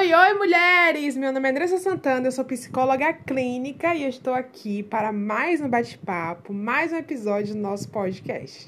Oi, mulheres! Meu nome é Andressa Santana, eu sou psicóloga clínica e eu estou aqui para mais um bate-papo, mais um episódio do nosso podcast.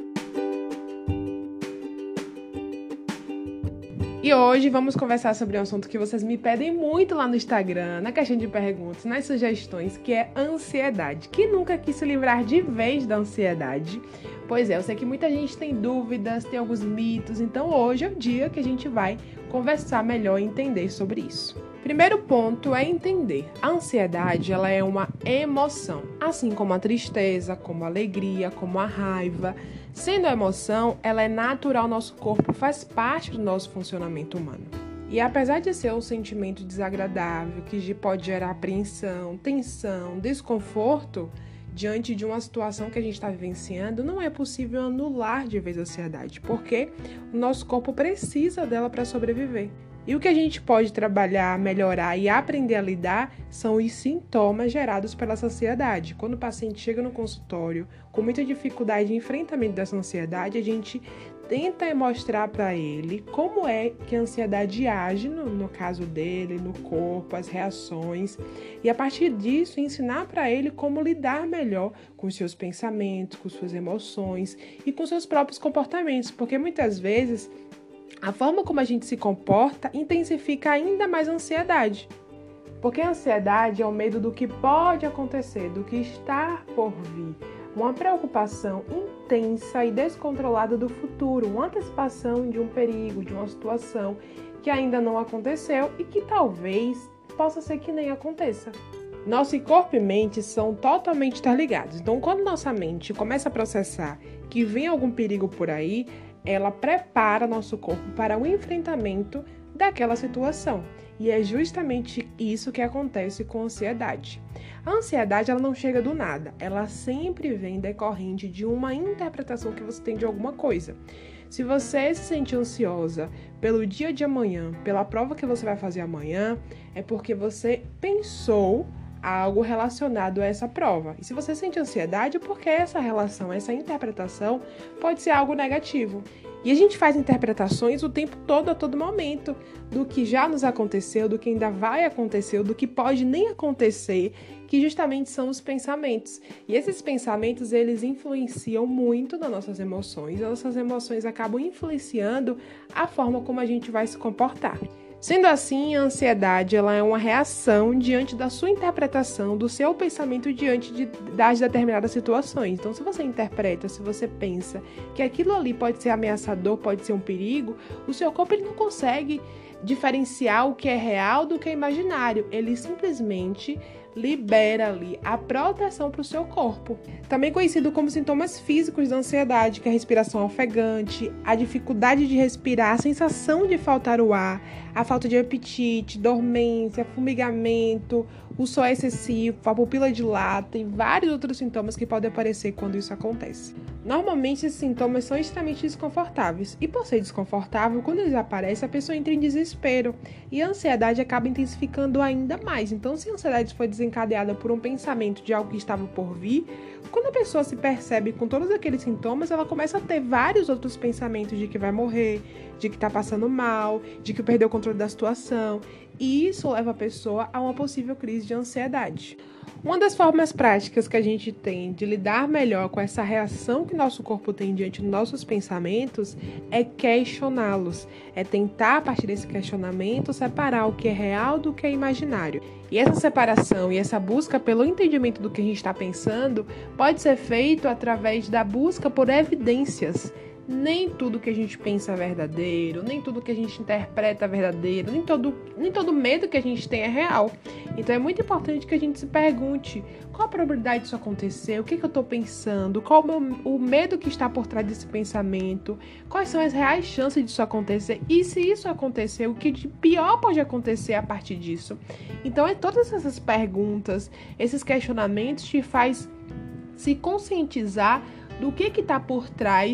E hoje vamos conversar sobre um assunto que vocês me pedem muito lá no Instagram, na caixinha de perguntas, nas sugestões, que é ansiedade. Quem nunca quis se livrar de vez da ansiedade? Pois é, eu sei que muita gente tem dúvidas, tem alguns mitos, então hoje é o dia que a gente vai conversar melhor e entender sobre isso. Primeiro ponto é entender. A ansiedade, ela é uma emoção, assim como a tristeza, como a alegria, como a raiva. Sendo a emoção, ela é natural, nosso corpo faz parte do nosso funcionamento humano. E apesar de ser um sentimento desagradável, que pode gerar apreensão, tensão, desconforto, diante de uma situação que a gente está vivenciando, não é possível anular de vez a ansiedade, porque o nosso corpo precisa dela para sobreviver. E o que a gente pode trabalhar, melhorar e aprender a lidar são os sintomas gerados pela ansiedade. Quando o paciente chega no consultório com muita dificuldade de enfrentamento dessa ansiedade, a gente tenta mostrar para ele como é que a ansiedade age, no caso dele, no corpo, as reações, e a partir disso ensinar para ele como lidar melhor com os seus pensamentos, com suas emoções e com seus próprios comportamentos, porque muitas vezes a forma como a gente se comporta intensifica ainda mais a ansiedade. Porque a ansiedade é o medo do que pode acontecer, do que está por vir. Uma preocupação intensa e descontrolada do futuro, uma antecipação de um perigo, de uma situação que ainda não aconteceu e que talvez possa ser que nem aconteça. Nosso corpo e mente são totalmente interligados. Então, quando nossa mente começa a processar que vem algum perigo por aí, ela prepara nosso corpo para o enfrentamento daquela situação. E é justamente isso que acontece com a ansiedade. A ansiedade, ela não chega do nada. Ela sempre vem decorrente de uma interpretação que você tem de alguma coisa. Se você se sente ansiosa pelo dia de amanhã, pela prova que você vai fazer amanhã, é porque você pensou algo relacionado a essa prova. E se você sente ansiedade, é porque essa relação, essa interpretação pode ser algo negativo. E a gente faz interpretações o tempo todo, a todo momento, do que já nos aconteceu, do que ainda vai acontecer, do que pode nem acontecer, que justamente são os pensamentos. E esses pensamentos, eles influenciam muito nas nossas emoções. As nossas emoções acabam influenciando a forma como a gente vai se comportar. Sendo assim, a ansiedade, ela é uma reação diante da sua interpretação, do seu pensamento diante das determinadas situações. Então, se você interpreta, se você pensa que aquilo ali pode ser ameaçador, pode ser um perigo, o seu corpo ele não consegue diferenciar o que é real do que é imaginário. Ele simplesmente libera ali a proteção para o seu corpo. Também conhecido como sintomas físicos da ansiedade, que é a respiração ofegante, a dificuldade de respirar, a sensação de faltar o ar, a falta de apetite, dormência, formigamento, o suor excessivo, a pupila dilata e vários outros sintomas que podem aparecer quando isso acontece. Normalmente esses sintomas são extremamente desconfortáveis e por ser desconfortável, quando eles aparecem, a pessoa entra em desespero e a ansiedade acaba intensificando ainda mais. Então, se a ansiedade for desencadeada por um pensamento de algo que estava por vir, quando a pessoa se percebe com todos aqueles sintomas, ela começa a ter vários outros pensamentos de que vai morrer, de que está passando mal, de que perdeu o controle da situação, e isso leva a pessoa a uma possível crise de ansiedade. Uma das formas práticas que a gente tem de lidar melhor com essa reação que nosso corpo tem diante dos nossos pensamentos é questioná-los, é tentar, a partir desse questionamento, separar o que é real do que é imaginário. E essa separação e essa busca pelo entendimento do que a gente está pensando pode ser feito através da busca por evidências. Nem tudo que a gente pensa é verdadeiro, nem tudo que a gente interpreta é verdadeiro, nem todo medo que a gente tem é real. Então é muito importante que a gente se pergunte qual a probabilidade disso acontecer, o que eu estou pensando, qual o medo que está por trás desse pensamento, quais são as reais chances disso acontecer e se isso acontecer, o que de pior pode acontecer a partir disso. Então todas essas perguntas, esses questionamentos te faz se conscientizar do que está por trás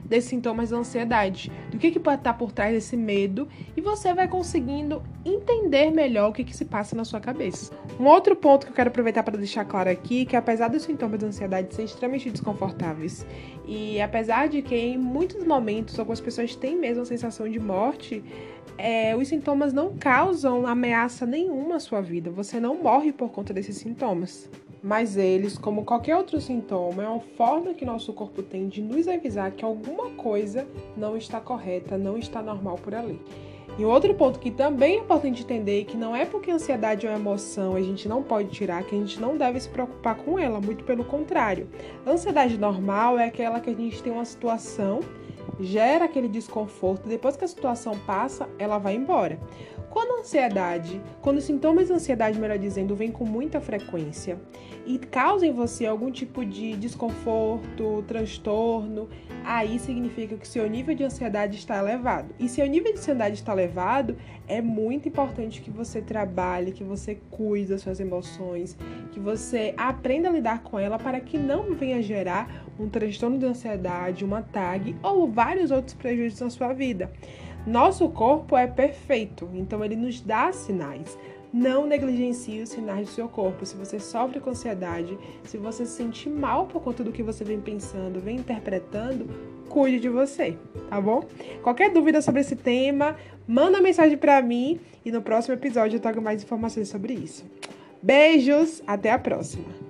desses sintomas da ansiedade, do que pode estar por trás desse medo, e você vai conseguindo entender melhor o que se passa na sua cabeça. Um outro ponto que eu quero aproveitar para deixar claro aqui, que apesar dos sintomas da ansiedade serem extremamente desconfortáveis, e apesar de que em muitos momentos algumas pessoas têm mesmo a sensação de morte, os sintomas não causam ameaça nenhuma à sua vida. Você não morre por conta desses sintomas. Mas eles, como qualquer outro sintoma, é uma forma que nosso corpo tem de nos avisar que alguma coisa não está correta, não está normal por ali. E outro ponto que também é importante entender é que não é porque a ansiedade é uma emoção, a gente não pode tirar, que a gente não deve se preocupar com ela, muito pelo contrário. A ansiedade normal é aquela que a gente tem uma situação, gera aquele desconforto, depois que a situação passa, ela vai embora. Quando os sintomas de ansiedade, melhor dizendo, vêm com muita frequência e causam em você algum tipo de desconforto, transtorno, aí significa que seu nível de ansiedade está elevado. E se o nível de ansiedade está elevado, é muito importante que você trabalhe, que você cuide das suas emoções, que você aprenda a lidar com ela para que não venha gerar um transtorno de ansiedade, uma TAG ou vários outros prejuízos na sua vida. Nosso corpo é perfeito, então ele nos dá sinais. Não negligencie os sinais do seu corpo. Se você sofre com ansiedade, se você se sente mal por conta do que você vem pensando, vem interpretando, cuide de você, tá bom? Qualquer dúvida sobre esse tema, manda mensagem para mim e no próximo episódio eu trago mais informações sobre isso. Beijos, até a próxima!